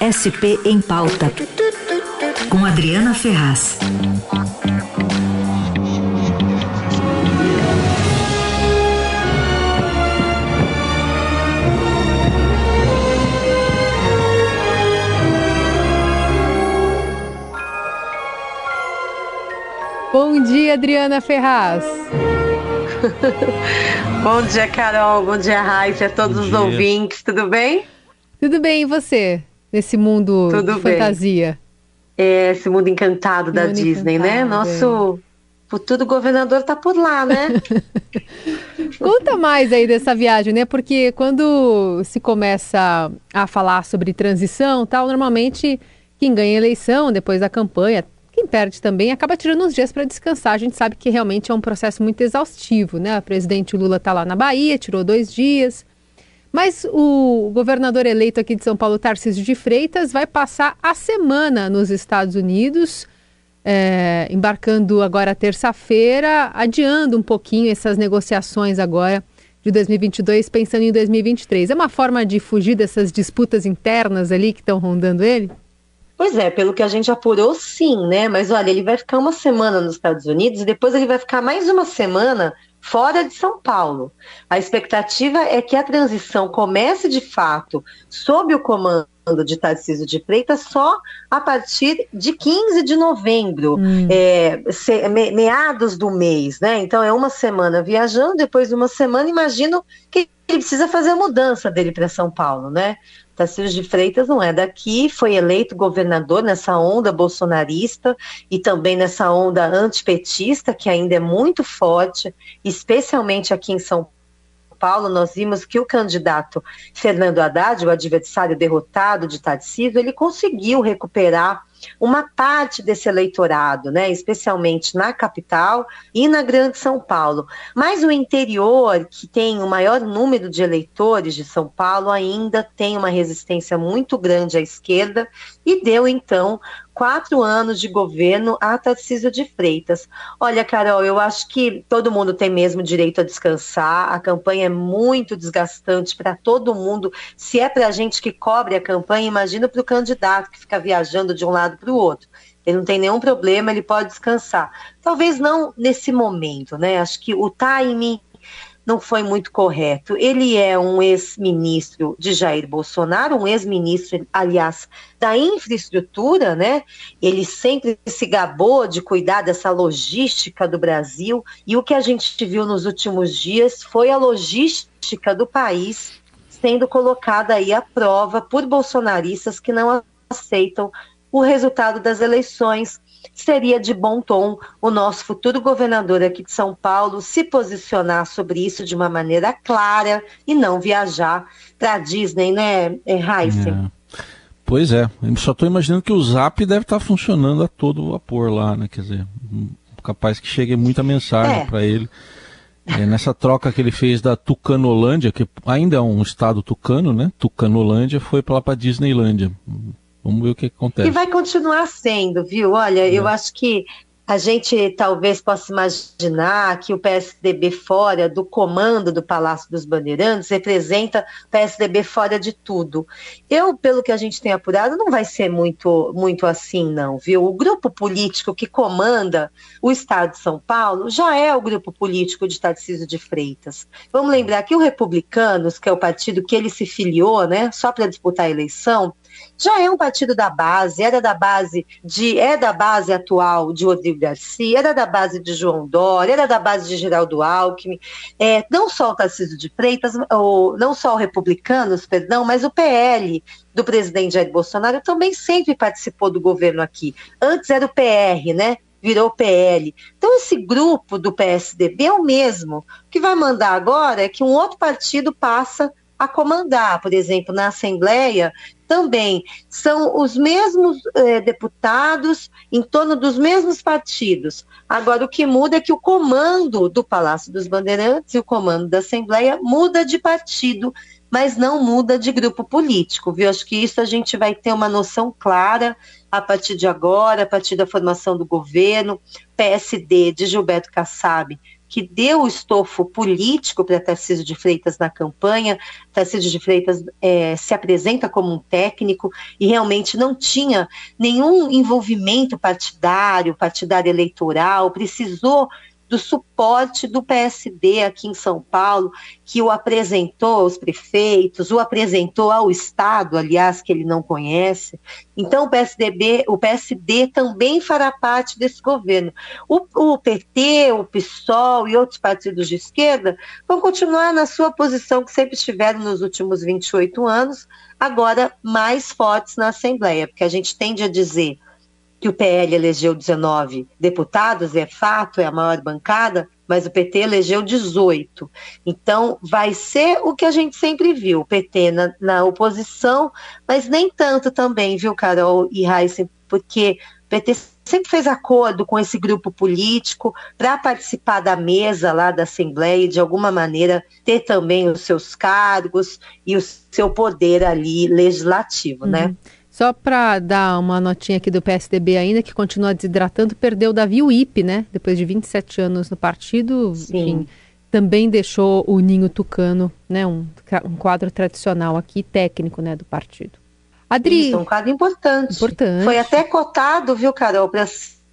SP em Pauta, com Adriana Ferraz. Bom dia, Adriana Ferraz. Bom dia, Carol. Bom dia, Raíssa, a todos os ouvintes. Tudo bem? Tudo bem, e você? Nesse mundo de fantasia? Esse mundo encantado da Disney, né? Nosso futuro governador está por lá, né? Conta mais aí dessa viagem, né? Porque quando se começa a falar sobre transição, tal, normalmente quem ganha a eleição depois da campanha, quem perde também, acaba tirando uns dias para descansar. A gente sabe que realmente é um processo muito exaustivo, né? O presidente Lula está lá na Bahia, tirou 2 dias. Mas o governador eleito aqui de São Paulo, Tarcísio de Freitas, vai passar a semana nos Estados Unidos, embarcando agora terça-feira, adiando um pouquinho essas negociações agora de 2022, pensando em 2023. É uma forma de fugir dessas disputas internas ali que estão rondando ele? Pois é, pelo que a gente apurou, sim, né? Mas olha, ele vai ficar uma semana nos Estados Unidos e depois ele vai ficar mais uma semana fora de São Paulo. A expectativa é que a transição comece de fato sob o comando de Tarcísio de Freitas só a partir de 15 de novembro, meados do mês, né? Então é uma semana viajando, depois uma semana, imagino que ele precisa fazer a mudança dele para São Paulo, né? Tarcísio de Freitas não é daqui, foi eleito governador nessa onda bolsonarista e também nessa onda antipetista, que ainda é muito forte, especialmente aqui em São Paulo. Nós vimos que o candidato Fernando Haddad, o adversário derrotado de Tarcísio, ele conseguiu recuperar uma parte desse eleitorado, né, especialmente na capital e na Grande São Paulo. Mas o interior, que tem o maior número de eleitores de São Paulo, ainda tem uma resistência muito grande à esquerda e deu, então, 4 anos de governo a Tarcísio de Freitas. Olha, Carol, eu acho que todo mundo tem mesmo direito a descansar, a campanha é muito desgastante para todo mundo. Se é para a gente que cobre a campanha, imagina para o candidato que fica viajando de um lado para o outro. Ele não tem nenhum problema, ele pode descansar. Talvez não nesse momento, né? Acho que o timing não foi muito correto. Ele é um ex-ministro de Jair Bolsonaro, um ex-ministro, aliás, da infraestrutura, né? Ele sempre se gabou de cuidar dessa logística do Brasil, e o que a gente viu nos últimos dias foi a logística do país sendo colocada aí à prova por bolsonaristas que não aceitam o resultado das eleições. Seria de bom tom o nosso futuro governador aqui de São Paulo se posicionar sobre isso de uma maneira clara e não viajar para a Disney, né, Raíssa? Pois é, eu só estou imaginando que o Zap deve estar funcionando a todo vapor lá, né? Quer dizer, capaz que chegue muita mensagem para ele. Nessa troca que ele fez da Tucanolândia, que ainda é um estado tucano, né? Tucanolândia, foi para lá para Disneylândia. Vamos ver o que acontece. E vai continuar sendo, viu? Olha, eu acho que a gente talvez possa imaginar que o PSDB fora do comando do Palácio dos Bandeirantes representa o PSDB fora de tudo. Pelo que a gente tem apurado, não vai ser muito assim, não, viu? O grupo político que comanda o Estado de São Paulo já é o grupo político de Tarcísio de Freitas. Vamos lembrar que o Republicanos, que é o partido que ele se filiou, né, só para disputar a eleição, já é um partido da base, é da base atual de Rodrigo Garcia, era da base de João Dória, era da base de Geraldo Alckmin, não só o Tarcísio de Freitas, não só o Republicanos, mas o PL do presidente Jair Bolsonaro também sempre participou do governo aqui. Antes era o PR, né? Virou PL. Então esse grupo do PSDB é o mesmo. O que vai mandar agora é que um outro partido passa a comandar, por exemplo, na Assembleia, também são os mesmos deputados em torno dos mesmos partidos. Agora, o que muda é que o comando do Palácio dos Bandeirantes e o comando da Assembleia muda de partido, mas não muda de grupo político, viu? Acho que isso a gente vai ter uma noção clara a partir de agora, a partir da formação do governo. PSD de Gilberto Kassab, que deu o estofo político para Tarcísio de Freitas na campanha. Tarcísio de Freitas se apresenta como um técnico e realmente não tinha nenhum envolvimento partidário eleitoral, precisou do suporte do PSD aqui em São Paulo, que o apresentou aos prefeitos, o apresentou ao Estado, aliás, que ele não conhece. Então, o PSD também fará parte desse governo. O PT, o PSOL e outros partidos de esquerda vão continuar na sua posição que sempre estiveram nos últimos 28 anos, agora mais fortes na Assembleia, porque a gente tende a dizer que o PL elegeu 19 deputados, é fato, é a maior bancada, mas o PT elegeu 18. Então, vai ser o que a gente sempre viu, o PT na oposição, mas nem tanto também, viu, Carol e Raíssa, porque o PT sempre fez acordo com esse grupo político para participar da mesa lá da Assembleia e, de alguma maneira, ter também os seus cargos e o seu poder ali legislativo, né? Só para dar uma notinha aqui do PSDB ainda, que continua desidratando, perdeu o Davi Uípe, né? Depois de 27 anos no partido, enfim, também deixou o ninho tucano, né? Um quadro tradicional aqui, técnico, né, do partido. Adri... Isso, um quadro importante. Foi até cotado, viu, Carol, para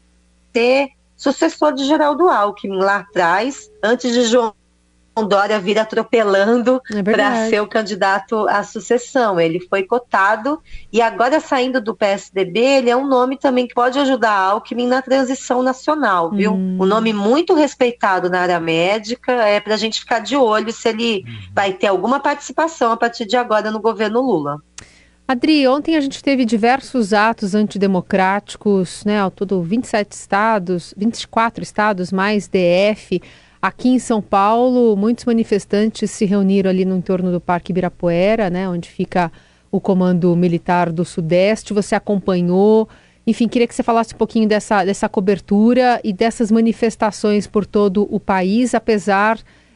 ser sucessor de Geraldo Alckmin lá atrás, antes de João Dória vir atropelando para ser o candidato à sucessão. Ele foi cotado e agora, saindo do PSDB, ele é um nome também que pode ajudar a Alckmin na transição nacional, viu? Um nome muito respeitado na área médica, para a gente ficar de olho se ele vai ter alguma participação a partir de agora no governo Lula. Adri, ontem a gente teve diversos atos antidemocráticos, né? Ao todo 27 estados, 24 estados, mais DF. Aqui em São Paulo, muitos manifestantes se reuniram ali no entorno do Parque Ibirapuera, né, onde fica o Comando Militar do Sudeste. Você acompanhou. Enfim, queria que você falasse um pouquinho dessa cobertura e dessas manifestações por todo o país, apesar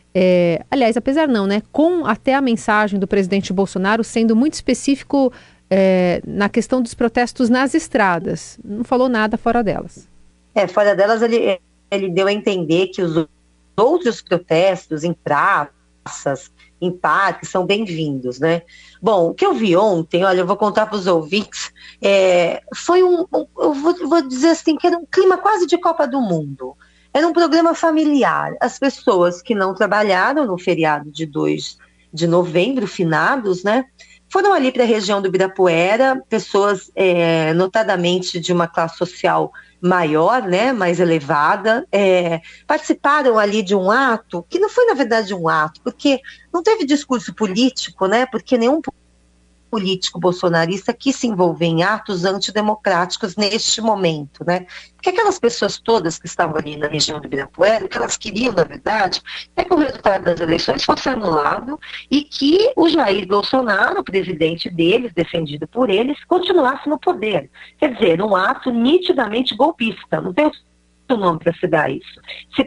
não, né, com até a mensagem do presidente Bolsonaro sendo muito específico na questão dos protestos nas estradas. Não falou nada fora delas. Fora delas ele deu a entender que os outros protestos em praças, em parques, são bem-vindos, né? Bom, o que eu vi ontem, olha, eu vou contar para os ouvintes, foi eu vou dizer assim, que era um clima quase de Copa do Mundo. Era um programa familiar. As pessoas que não trabalharam no feriado de 2 de novembro, finados, né? Foram ali para a região do Ibirapuera, pessoas notadamente de uma classe social maior, né, mais elevada, participaram ali de um ato, que não foi na verdade um ato, porque não teve discurso político, né, porque nenhum político bolsonarista quis se envolver em atos antidemocráticos neste momento, né? Porque aquelas pessoas todas que estavam ali na região do Ibirapuera, o que elas queriam, na verdade, é que o resultado das eleições fosse anulado e que o Jair Bolsonaro, o presidente deles, defendido por eles, continuasse no poder. Quer dizer, um ato nitidamente golpista, não tem o nome para se dar isso. Se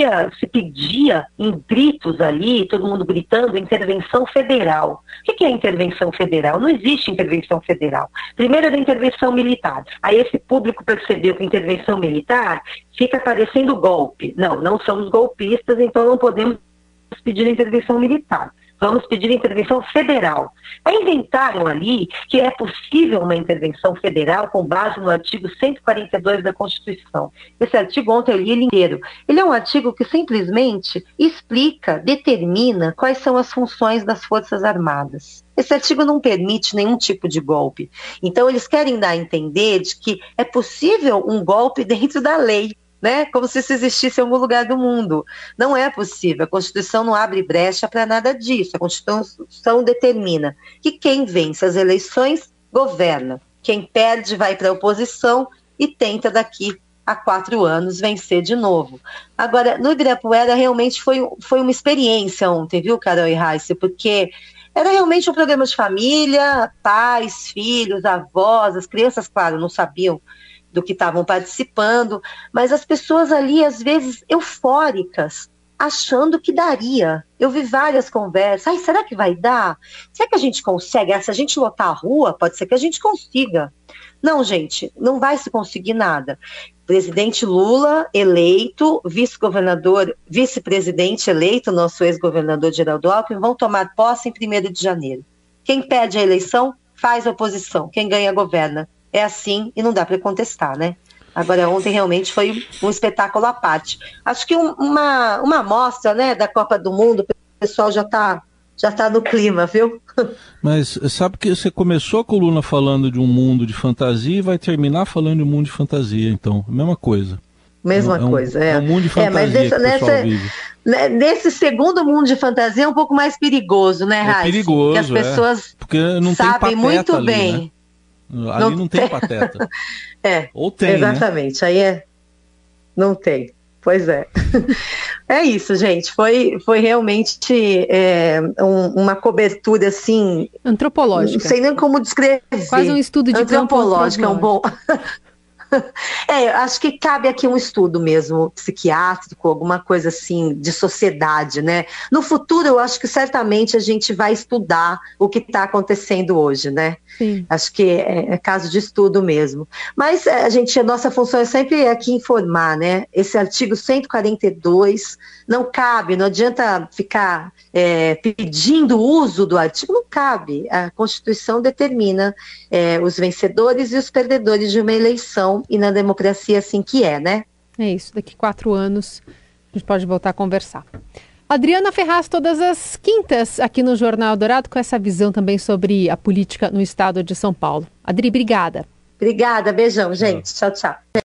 pedia em gritos ali, todo mundo gritando, intervenção federal. O que é intervenção federal? Não existe intervenção federal. Primeiro era intervenção militar. Aí esse público percebeu que intervenção militar fica parecendo golpe. Não somos golpistas, então não podemos pedir intervenção militar. Vamos pedir intervenção federal. Aí inventaram ali que é possível uma intervenção federal com base no artigo 142 da Constituição. Esse artigo ontem eu li ele inteiro. Ele é um artigo que simplesmente explica, determina quais são as funções das Forças Armadas. Esse artigo não permite nenhum tipo de golpe. Então eles querem dar a entender de que é possível um golpe dentro da lei, né? Como se isso existisse em algum lugar do mundo. Não é possível. A Constituição não abre brecha para nada disso. A Constituição determina que quem vence as eleições governa. Quem perde vai para a oposição e tenta daqui a 4 anos vencer de novo. Agora, no Ibirapuera realmente foi uma experiência ontem, viu, Carol e Raíssa? Porque era realmente um programa de família, pais, filhos, avós, as crianças, claro, não sabiam do que estavam participando, mas as pessoas ali, às vezes, eufóricas, achando que daria. Eu vi várias conversas. Será que vai dar? Será que a gente consegue? Se a gente lotar a rua, pode ser que a gente consiga. Não, gente, não vai se conseguir nada. Presidente Lula eleito, vice-presidente eleito, nosso ex-governador Geraldo Alckmin, vão tomar posse em 1º de janeiro. Quem perde a eleição faz oposição, quem ganha governa. É assim e não dá para contestar, né? Agora, ontem realmente foi um espetáculo à parte. Acho que uma amostra, né, da Copa do Mundo, o pessoal já tá no clima, viu? Mas sabe que você começou a coluna falando de um mundo de fantasia e vai terminar falando de um mundo de fantasia, então, a mesma coisa. Mesma coisa, é. É um mundo de fantasia mas que o pessoal vive. Nesse segundo mundo de fantasia é um pouco mais perigoso, né, Raíssa? É perigoso, que as pessoas porque não sabem tem pateta muito ali, bem. Né? Ali não tem pateta. Ou tem, exatamente, né? Não tem. Pois é. É isso, gente. Foi realmente uma cobertura, assim... antropológica. Não sei nem como descrever. Quase um estudo de antropológica, campo. É um bom... acho que cabe aqui um estudo mesmo, psiquiátrico, alguma coisa assim, de sociedade, né? No futuro, eu acho que certamente a gente vai estudar o que está acontecendo hoje, né? Sim. Acho que é caso de estudo mesmo. Mas a nossa função é sempre aqui informar, né? Esse artigo 142 não cabe, não adianta ficar pedindo o uso do artigo, não cabe. A Constituição determina os vencedores e os perdedores de uma eleição, e na democracia assim que é, né? É isso, daqui 4 anos a gente pode voltar a conversar. Adriana Ferraz, todas as quintas aqui no Jornal Dourado, com essa visão também sobre a política no estado de São Paulo. Adri, obrigada. Obrigada, beijão, gente. Tchau, tchau.